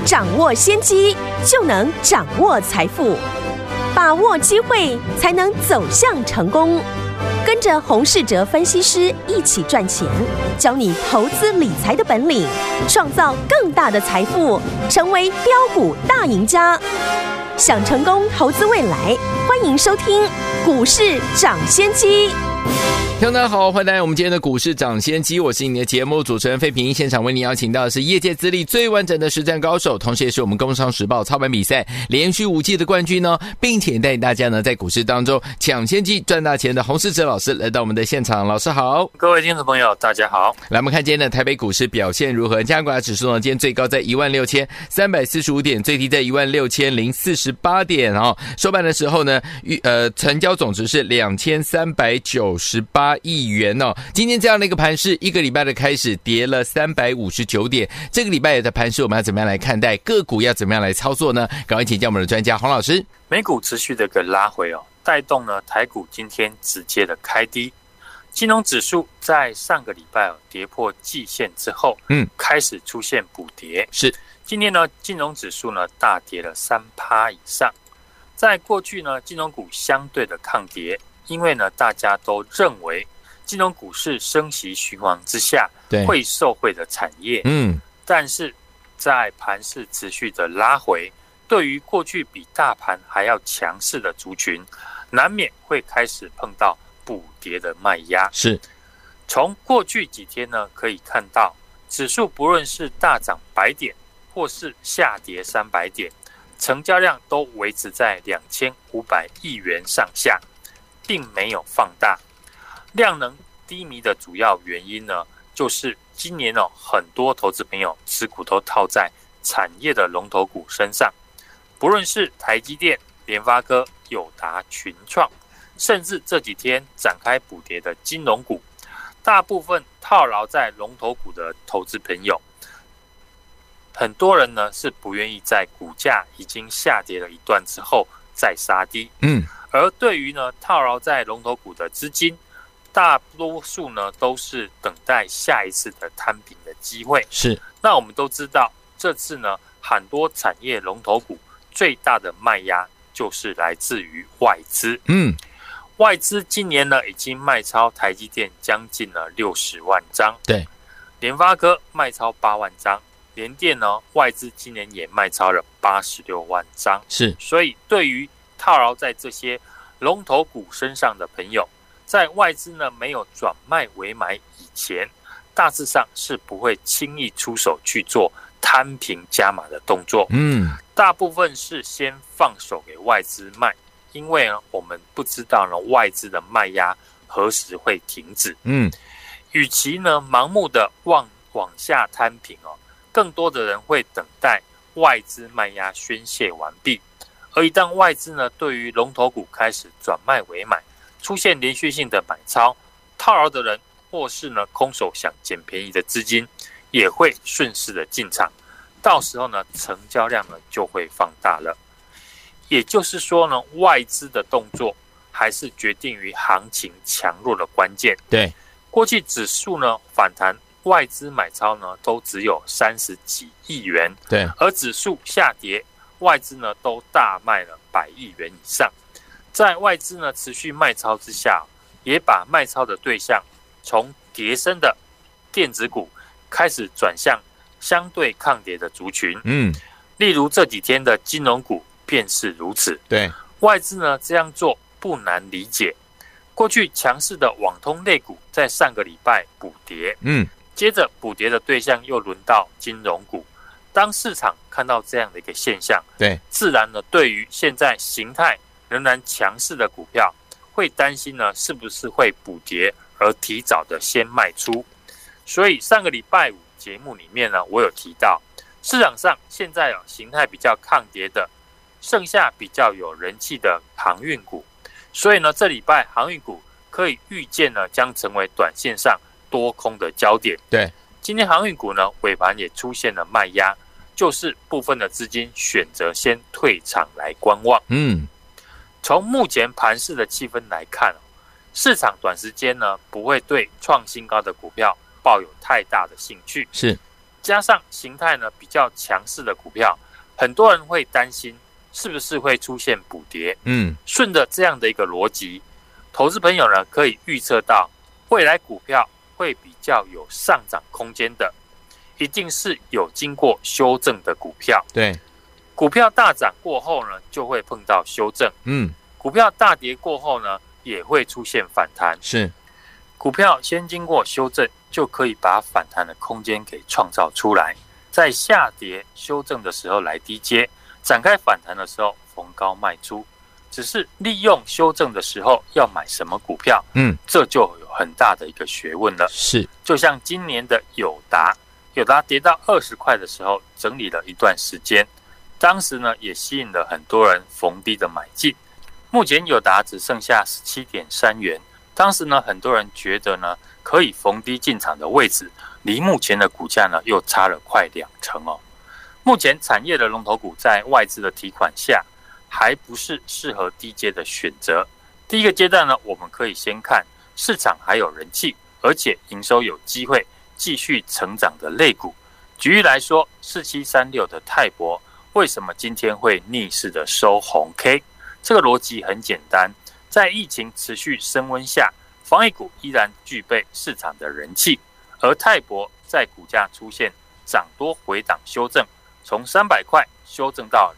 掌握先机，就能掌握财富，把握机会，才能走向成功。跟着洪士哲分析师一起赚钱，教你投资理财的本领，创造更大的财富，成为标股大赢家。想成功投资未来，欢迎收听股市涨先机。 听众大家好，欢迎来到我们今天的股市涨先机，我是你的节目主持人费平。现场为你邀请到的是业界资历最完整的实战高手，同时也是我们工商时报操盘比赛连续5季的冠军呢，并且带领大家呢在股市当中抢先机赚大钱的洪士哲老师来到我们的现场。老师好。 各位听众朋友大家好。 来我们看今天的台北股市表现如何。加权指数呢今天最高在 16,345 点，最低在 16,048 点收盘的时候呢成交总值是2398亿元今天这样的一个盘势，一个礼拜的开始跌了359点，这个礼拜的盘势我们要怎么样来看待，个股要怎么样来操作呢？赶快请教我们的专家洪老师。 美股持续的一个拉回带动呢台股今天直接的开低，金融指数在上个礼拜跌破季线之后开始出现补跌， 是今天呢金融指数呢大跌了 3% 以上。在过去呢金融股相对的抗跌，因为呢大家都认为金融股是升息循环之下会受惠的产业，但是在盘势持续的拉回，对于过去比大盘还要强势的族群，难免会开始碰到补跌的卖压。 是从过去几天呢可以看到，指数不论是大涨100点或是下跌300点，成交量都维持在2500亿元上下，并没有放大。量能低迷的主要原因呢，就是今年很多投资朋友持股都套在产业的龙头股身上，不论是台积电、联发科、友达、群创，甚至这几天展开补跌的金融股，大部分套牢在龙头股的投资朋友，很多人呢是不愿意在股价已经下跌了一段之后再杀低，而对于呢套牢在龙头股的资金，大多数呢都是等待下一次的摊平的机会。 是， 那我们都知道，这次呢很多产业龙头股最大的卖压就是来自于外资。外资今年呢已经卖超台积电将近了60万张， 对， 联发科卖超8万张，联电呢外资今年也卖超了86万张。 是， 所以对于套牢在这些龙头股身上的朋友，在外资呢没有转卖为买以前，大致上是不会轻易出手去做摊平加码的动作。大部分是先放手给外资卖，因为呢我们不知道呢外资的卖压何时会停止。与其呢盲目的往下摊平更多的人会等待外资卖压宣泄完毕，而一旦外资呢对于龙头股开始转卖为买，出现连续性的买超，套牢的人或是呢空手想捡便宜的资金也会顺势的进场，到时候呢成交量呢就会放大了。也就是说呢，外资的动作还是决定于行情强弱的关键。 对， 过去指数呢反弹，外资买超呢都只有30几亿元， 对， 而指数下跌，外资呢都大卖了100亿元以上。在外资呢持续卖超之下，也把卖超的对象从跌升的电子股开始转向相对抗跌的族群。例如这几天的金融股便是如此。 对， 外资呢这样做不难理解。过去强势的网通类股在上个礼拜补跌，接着补跌的对象又轮到金融股。当市场看到这样的一个现象， 对， 自然呢对于现在形态仍然强势的股票，会担心呢是不是会补跌而提早的先卖出。所以上个礼拜5节目里面呢，我有提到市场上现在形态比较抗跌的，剩下比较有人气的航运股，所以呢这礼拜航运股可以预见呢将成为短线上多空的焦点。 对， 今天航运股呢尾盘也出现了卖压，就是部分的资金选择先退场来观望。从目前盘势的气氛来看，市场短时间呢不会对创新高的股票抱有太大的兴趣。 是， 加上形态呢比较强势的股票，很多人会担心是不是会出现补跌。顺着这样的一个逻辑，投资朋友呢可以预测到未来股票会比较有上涨空间的，一定是有经过修正的股票。 对， 股票大涨过后呢，就会碰到修正。股票大跌过后呢，也会出现反弹。 是， 股票先经过修正，就可以把反弹的空间给创造出来，在下跌修正的时候来低接，展开反弹的时候逢高卖出。只是利用修正的时候要买什么股票，这就有很大的一个学问了。 是， 就像今年的友达跌到20块的时候，整理了一段时间，当时呢也吸引了很多人逢低的买进。目前友达只剩下 17.3 元，当时呢很多人觉得呢可以逢低进场的位置，离目前的股价呢又差了快2成哦。目前产业的龙头股在外资的提款下，还不是适合低阶的选择。第一个阶段呢，我们可以先看市场还有人气，而且营收有机会继续成长的类股。举例来说，4736的泰博为什么今天会逆势的收红 K？ 这个逻辑很简单，在疫情持续升温下，防疫股依然具备市场的人气，而泰博在股价出现涨多回档修正，从300块修正到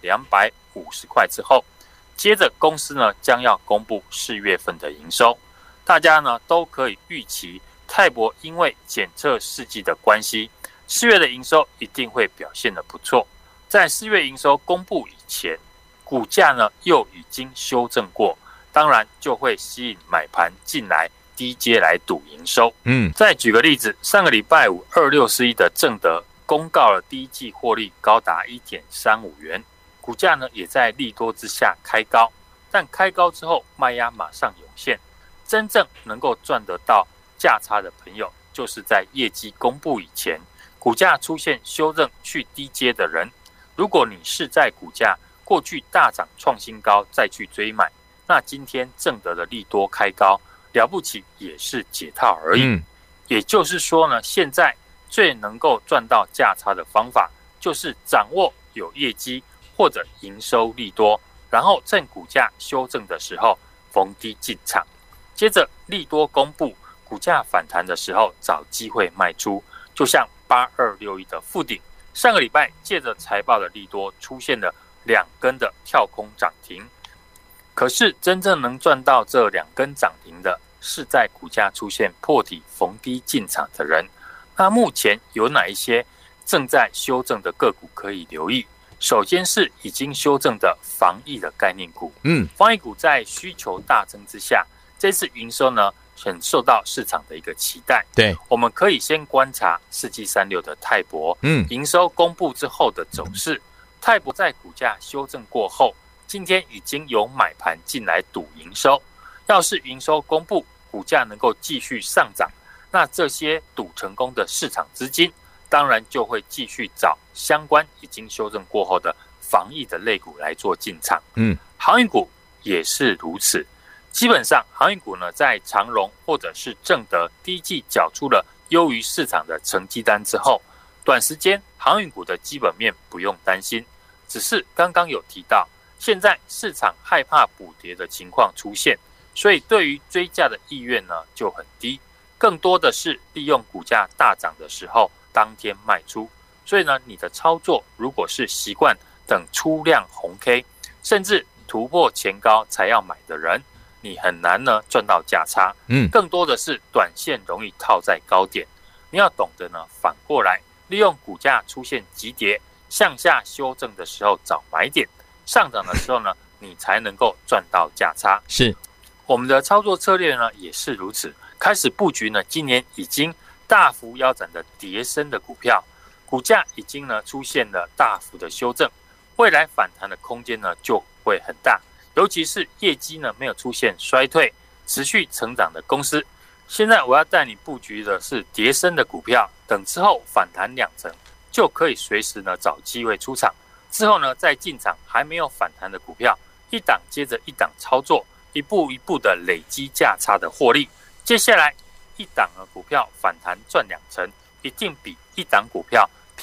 250块之后，接着公司呢将要公布4月份的营收，大家呢都可以预期泰博因为检测试剂的关系，4月的营收一定会表现得不错。在4月营收公布以前，股价呢又已经修正过，当然就会吸引买盘进来低阶来赌营收。再举个例子，上个礼拜五2641的正德公告了第一季获利高达 1.35 元，股价呢也在利多之下开高，但开高之后卖压马上涌现，真正能够赚得到价差的朋友，就是在业绩公布以前，股价出现修正去低阶的人。如果你是在股价过去大涨创新高再去追买，那今天正德的利多开高，了不起也是解套而已。也就是说呢，现在最能够赚到价差的方法，就是掌握有业绩或者营收利多，然后趁股价修正的时候逢低进场，接着利多公布，股价反弹的时候找机会卖出。就像8261的富鼎，上个礼拜借着财报的利多出现了2根的跳空涨停，可是真正能赚到这2根涨停的，是在股价出现破底逢低进场的人。那目前有哪一些正在修正的个股可以留意？首先是已经修正的防疫的概念股。防疫股在需求大增之下，这次营收呢很受到市场的一个期待。 对， 我们可以先观察4736的泰博，营收公布之后的走势。泰博在股价修正过后，今天已经有买盘进来赌营收。要是营收公布，股价能够继续上涨，那这些赌成功的市场资金，当然就会继续找相关已经修正过后的防疫的类股来做进场。航运股也是如此。基本上航运股呢，在长荣或者是正德第一季缴出了优于市场的成绩单之后，短时间航运股的基本面不用担心，只是刚刚有提到，现在市场害怕补跌的情况出现，所以对于追价的意愿呢就很低，更多的是利用股价大涨的时候当天卖出。所以呢，你的操作如果是习惯等出量红 K， 甚至突破前高才要买的人，你很难呢赚到价差。更多的是短线容易套在高点，你要懂得呢反过来利用股价出现急跌向下修正的时候找买点，上涨的时候呢你才能够赚到价差。 是我们的操作策略呢也是如此，开始布局呢今年已经大幅腰斩的跌深的股票，股价已经呢出现了大幅的修正，未来反弹的空间呢就会很大，尤其是业绩呢没有出现衰退，持续成长的公司。现在我要带你布局的是跌深的股票，等之后反弹2成，就可以随时呢找机会出场，之后呢再进场还没有反弹的股票，一档接着一档操作，一步一步的累积价差的获利。接下来一档的股票反弹赚2成，一定比一档股票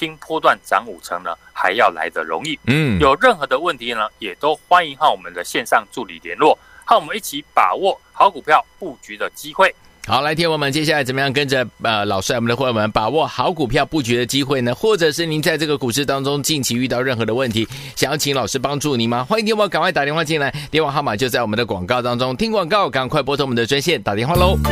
听波段涨5成呢还要来得容易。有任何的问题呢，也都欢迎和我们的线上助理联络，和我们一起把握好股票布局的机会。 好，来听我们接下来怎么样跟着老师我们的伙伴们把握好股票布局的机会呢？或者是您在这个股市当中近期遇到任何的问题，想要请老师帮助您吗？欢迎听我赶快打电话进来，电话号码就在我们的广告当中。听广告赶快拨通我们的专线打电话咯。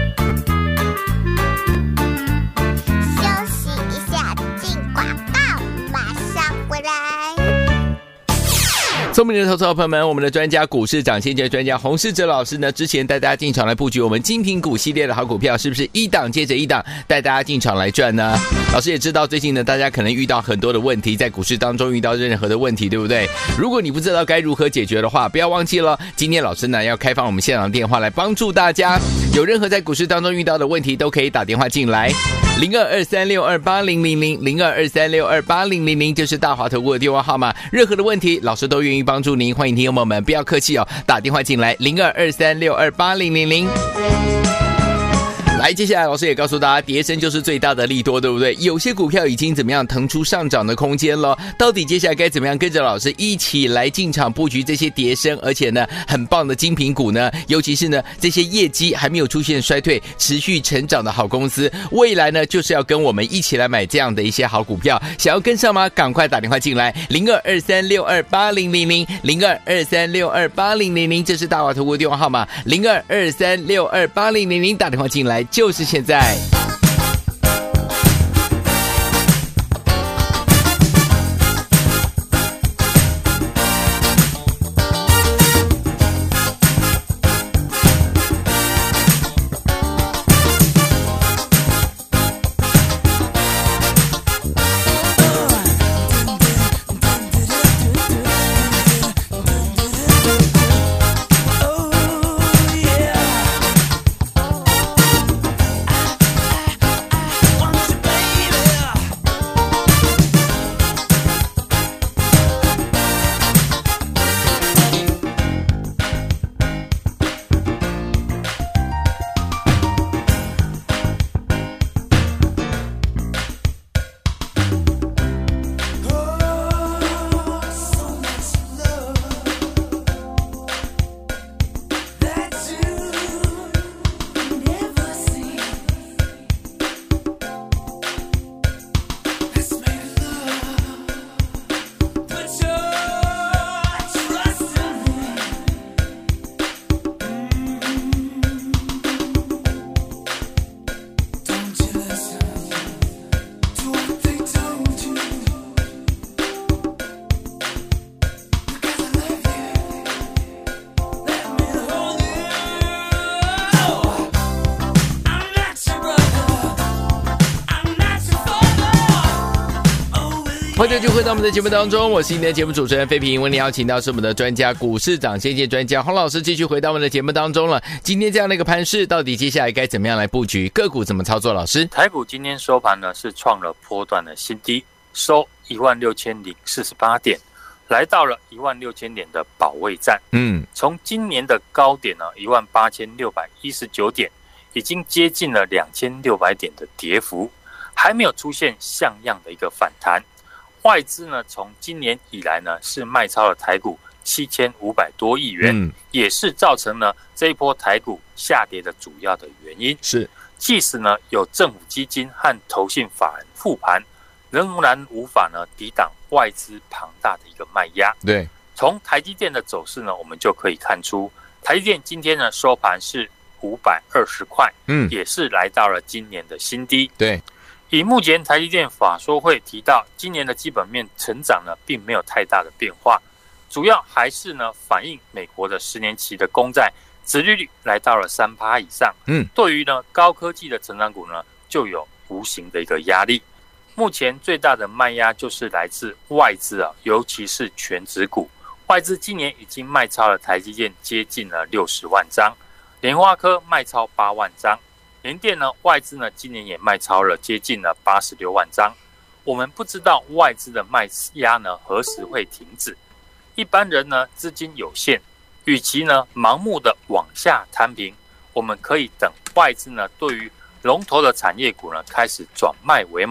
聪明的投资者朋友们，我们的专家股市涨先觉专家洪士哲老师呢，之前带大家进场来布局我们精品股系列的好股票，是不是一档接着一档带大家进场来赚呢？老师也知道最近呢，大家可能遇到很多的问题，在股市当中遇到任何的问题，对不对？如果你不知道该如何解决的话，不要忘记了，今天老师呢要开放我们现场电话来帮助大家，有任何在股市当中遇到的问题都可以打电话进来，0223628000，0223628000就是大华投顾的电话号码，任何的问题老师都愿意帮助您，欢迎听众朋友们不要客气哦，打电话进来0223628000。来，接下来老师也告诉大家，跌升就是最大的利多，对不对？有些股票已经怎么样腾出上涨的空间了，到底接下来该怎么样跟着老师一起来进场布局这些跌升而且呢很棒的精品股呢？尤其是呢这些业绩还没有出现衰退持续成长的好公司，未来呢就是要跟我们一起来买这样的一些好股票，想要跟上吗？赶快打电话进来，0223628000，0223628000，这是大华投顾电话号码，0223628000，打电话进来就是现在。欢迎继续回到我们的节目当中，我是今天的节目主持人飞平，为您邀请到是我们的专家股市涨先见专家洪老师，继续回到我们的节目当中了。今天这样的一个盘势，到底接下来该怎么样来布局？个股怎么操作？老师， 台股今天收盘呢是创了波段的新低，收16048点，来到了16000点的保卫战。从今年的高点呢18619点，已经接近了2600点的跌幅，还没有出现像样的一个反弹。外资呢，从今年以来呢，是卖超了台股7500多亿元，也是造成了这一波台股下跌的主要的原因。 是， 即使呢有政府基金和投信法人护盘，仍然无法呢抵挡外资庞大的一个卖压。 对， 从台积电的走势呢，我们就可以看出，台积电今天呢收盘是520块，也是来到了今年的新低。 对。 以目前台积电法说会提到，今年的基本面成长呢，并没有太大的变化，主要还是呢反映美国的10年期的公债殖利率来到了3%以上。对于呢高科技的成长股呢，就有无形的一个压力。目前最大的卖压就是来自外资啊，尤其是权值股。外资今年已经卖超了台积电接近了60万张，联发科卖超8万张。联电呢，外资呢今年也卖超了接近了86万张。我们不知道外资的卖压呢何时会停止。一般人呢资金有限，与其呢盲目的往下摊平，我们可以等外资呢对于龙头的产业股呢开始转卖为买，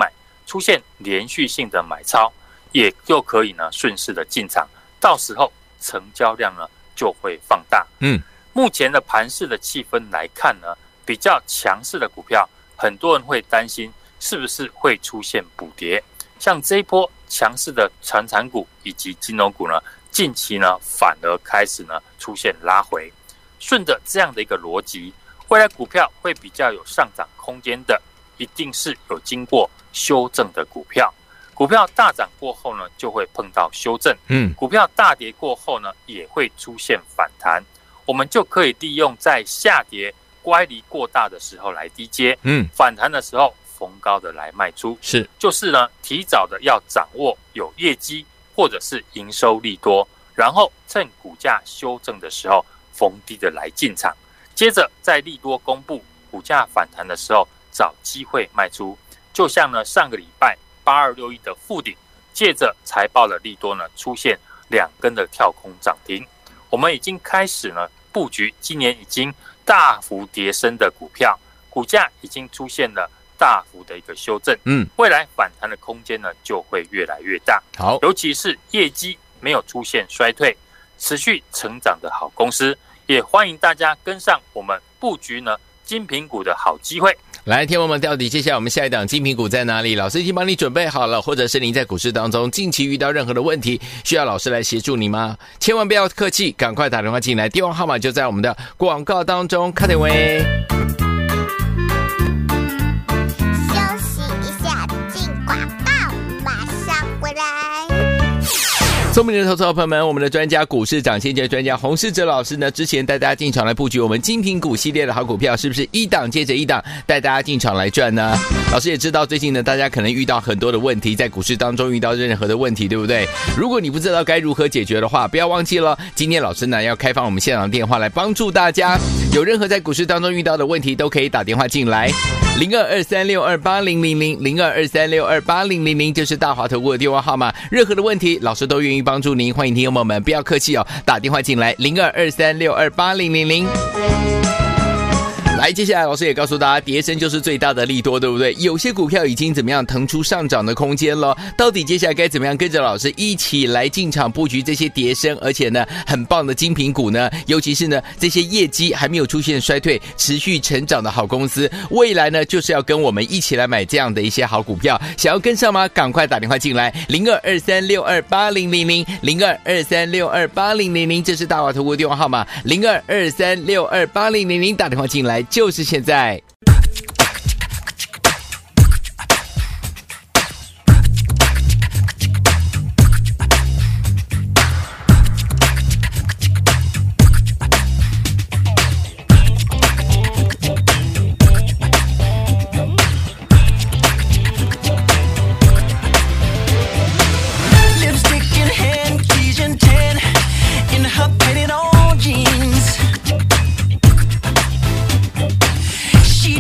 出现连续性的买超，也就可以呢顺势的进场，到时候成交量呢就会放大。目前的盘势的气氛来看呢，比较强势的股票，很多人会担心是不是会出现补跌。像这一波强势的传产股以及金融股呢，近期呢反而开始呢出现拉回。顺着这样的一个逻辑，未来股票会比较有上涨空间的，一定是有经过修正的股票。股票大涨过后呢，就会碰到修正。股票大跌过后呢，也会出现反弹。我们就可以利用在下跌乖离过大的时候来低接，反弹的时候逢高的来卖出，就是呢提早的要掌握有业绩或者是营收利多，然后趁股价修正的时候逢低的来进场，接着在利多公布股价反弹的时候找机会卖出。就像呢上个礼拜8261的富鼎，借着财报的利多呢出现2根的跳空涨停，我们已经开始呢布局今年已经大幅跌升的股票，股价已经出现了大幅的一个修正，未来反弹的空间呢就会越来越大。好，尤其是业绩没有出现衰退，持续成长的好公司，也欢迎大家跟上我们布局呢精品股的好机会。 来，天王们，到底接下来我们下一档精品股在哪里？老师已经帮你准备好了，或者是您在股市当中近期遇到任何的问题，需要老师来协助你吗？千万不要客气，赶快打电话进来，电话号码就在我们的广告当中。卡点位。聪明的投资者朋友们，我们的专家股市涨先觉专家洪士哲老师呢，之前带大家进场来布局我们精品股系列的好股票，是不是一档接着一档带大家进场来赚呢？老师也知道最近呢，大家可能遇到很多的问题，在股市当中遇到任何的问题，对不对？如果你不知道该如何解决的话，不要忘记了，今天老师呢要开放我们现场电话来帮助大家，有任何在股市当中遇到的问题都可以打电话进来，0223628000，0223628000就是大华投顾的电话号码，任何的问题老师都愿意帮助您，欢迎听众朋友们不要客气哦，打电话进来0223628000。来，接下来老师也告诉大家，跌升就是最大的利多，对不对？有些股票已经怎么样腾出上涨的空间了，到底接下来该怎么样跟着老师一起来进场布局这些跌升而且呢很棒的精品股呢？尤其是呢这些业绩还没有出现衰退，持续成长的好公司，未来呢就是要跟我们一起来买这样的一些好股票，想要跟上吗？赶快打电话进来，0223628000，0223628000，这是大华投顾电话号码，0223628000，打电话进来就是现在。 She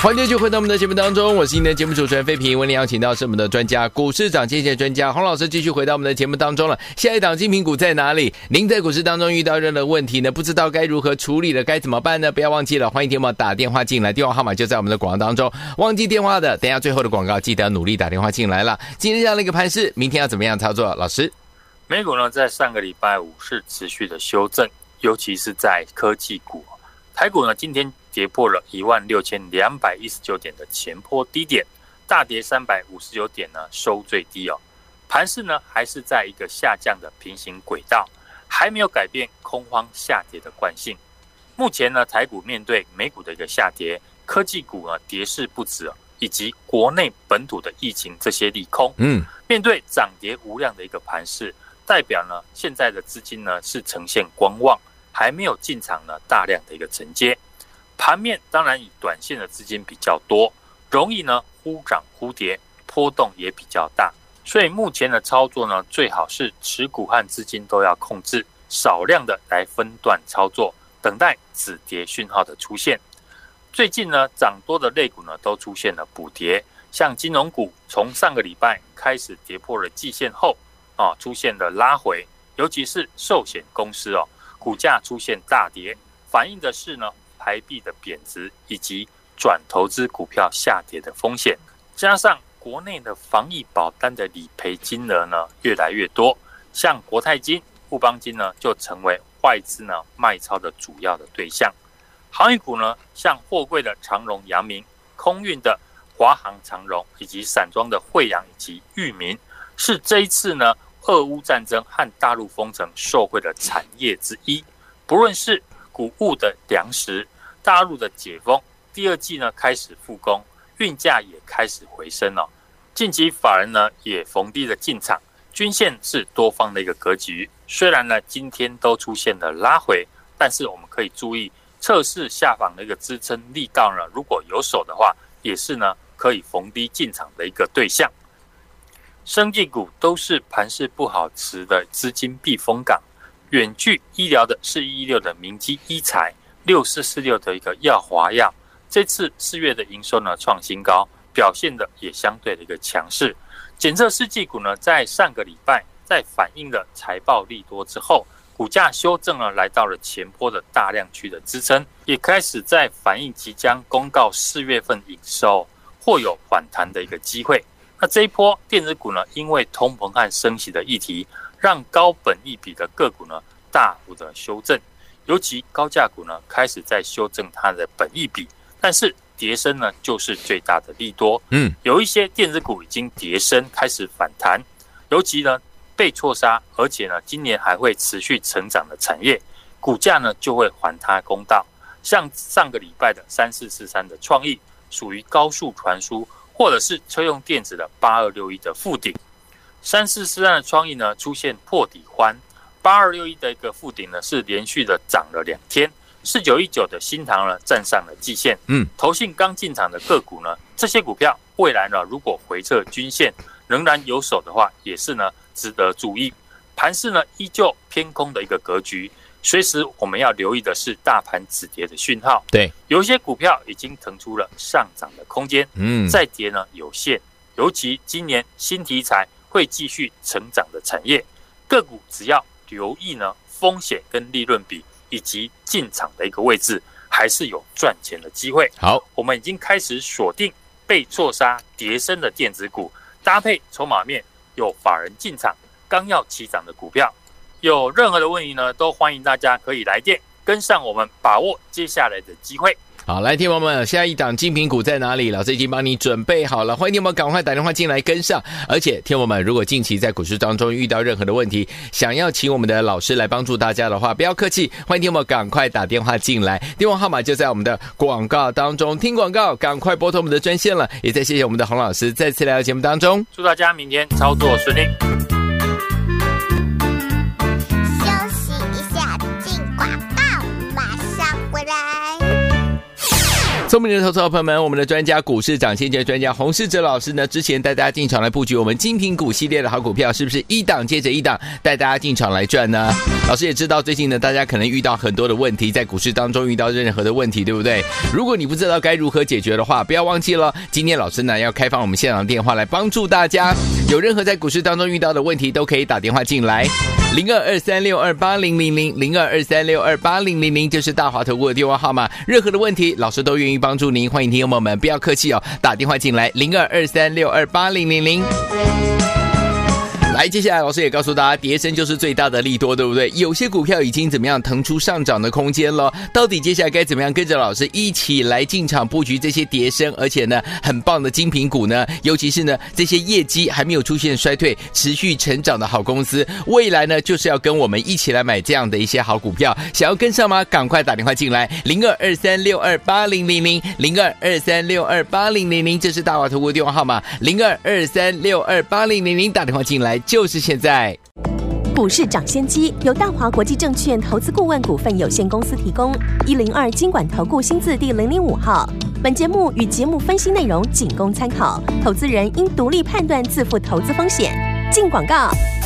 欢迎继续回到我们的节目当中，我是您的节目主持人费平。为您邀请到是我们的专家，股市涨跌专家洪老师，继续回到我们的节目当中了。下一档精品股在哪里？您在股市当中遇到任何问题呢？不知道该如何处理了，该怎么办呢？不要忘记了，欢迎听众打电话进来，电话号码就在我们的广告当中。忘记电话的，等一下最后的广告记得努力打电话进来了。今天这样的一个盘势，明天要怎么样操作？老师， 美股呢在上个礼拜五是持续的修正，尤其是在科技股。台股呢今天跌破了16219点的前波低点，大跌359点呢，收最低哦。盘势呢还是在一个下降的平行轨道，还没有改变空方下跌的惯性。目前呢，台股面对美股的一个下跌，科技股呢跌势不止哦，以及国内本土的疫情这些利空，面对涨跌无量的一个盘势，代表呢现在的资金呢是呈现观望，还没有进场呢大量的一个承接。盘面当然以短线的资金比较多，容易呢忽涨忽跌，波动也比较大，所以目前的操作呢最好是持股和资金都要控制，少量的来分段操作，等待止跌讯号的出现。最近呢涨多的类股呢都出现了补跌，像金融股从上个礼拜开始跌破了季线后出现了拉回，尤其是寿险公司股价出现大跌，反映的是呢台币的贬值以及转投资股票下跌的风险，加上国内的防疫保单的理赔金额呢越来越多，像国泰金、富邦金呢就成为外资呢卖超的主要的对象。航运股呢，像货柜的长荣、阳明，空运的华航、长荣，以及散装的惠阳以及裕民，是这一次呢俄乌战争和大陆封城受惠的产业之一。不论是谷物的粮食，大陆的解封，第二季呢开始复工，运价也开始回升了。近期法人呢也逢低的进场，均线是多方的一个格局。虽然呢今天都出现了拉回，但是我们可以注意测试下方的一个支撑力道呢，如果有手的话，也是呢可以逢低进场的一个对象。生技股都是盘势不好时的资金避风港。远距医疗的4116的明基医材，6446的一个药华药，这次4月的营收呢创新高，表现的也相对的一个强势。检测试剂股呢，在上个礼拜在反映了财报利多之后，股价修正了，来到了前波的大量区的支撑，也开始在反映即将公告4月份营收或有反弹的一个机会。那这一波电子股呢，因为通膨和升息的议题，让高本益比的个股呢大幅的修正，尤其高价股呢开始在修正它的本益比，但是跌升呢就是最大的利多。有一些电子股已经跌升开始反弹，尤其呢被错杀，而且呢今年还会持续成长的产业，股价呢就会还它公道。像上个礼拜的3443的创意，属于高速传输或者是车用电子的8261的富鼎。3443的创意呢出现破底欢，8261的一个富鼎呢是连续的涨了2天，4919的新唐呢站上了季线。投信刚进场的个股呢，这些股票未来呢如果回撤均线仍然有手的话，也是呢值得注意。盘势呢依旧偏空的一个格局，随时我们要留意的是大盘止跌的讯号。对，有一些股票已经腾出了上涨的空间，再跌呢有限，尤其今年新题材会继续成长的产业，个股只要留意呢风险跟利润比以及进场的一个位置，还是有赚钱的机会。好，我们已经开始锁定被错杀跌升的电子股，搭配筹码面有法人进场刚要起涨的股票。有任何的问题呢，都欢迎大家可以来电跟上我们，把握接下来的机会。好，来听友们，下一档精品股在哪里？老师已经帮你准备好了，欢迎你们赶快打电话进来跟上。而且听友们，如果近期在股市当中遇到任何的问题，想要请我们的老师来帮助大家的话，不要客气，欢迎听友们赶快打电话进来，电话号码就在我们的广告当中。听广告赶快拨通我们的专线了。也再谢谢我们的洪老师再次来到节目当中，祝大家明天操作顺利。 聪明的投资者朋友们，我们的专家股市涨先觉专家洪士哲老师呢，之前带大家进场来布局我们精品股系列的好股票，是不是一档接着一档带大家进场来赚呢？老师也知道最近呢，大家可能遇到很多的问题，在股市当中遇到任何的问题，对不对？如果你不知道该如何解决的话，不要忘记了，今天老师呢要开放我们现场电话来帮助大家，有任何在股市当中遇到的问题，都可以打电话进来。0223628000，0223628000就是大华投顾的电话号码，任何的问题老师都愿意帮助您，欢迎听众朋友们不要客气哦，打电话进来0223628000。来，接下来老师也告诉大家，跌升就是最大的利多，对不对？有些股票已经怎么样腾出上涨的空间了，到底接下来该怎么样跟着老师一起来进场布局这些跌升而且呢很棒的精品股呢？尤其是呢这些业绩还没有出现衰退，持续成长的好公司，未来呢就是要跟我们一起来买这样的一些好股票，想要跟上吗？赶快打电话进来，0223628000，0223628000，这是大华投顾电话号码，0223628000，打电话进来就是现在。 股市涨先机由大华国际证券投资顾问股份有限公司提供，102金管投顾新字第005号。本节目与节目分析内容仅供参考，投资人应独立判断，自负投资风险。进广告。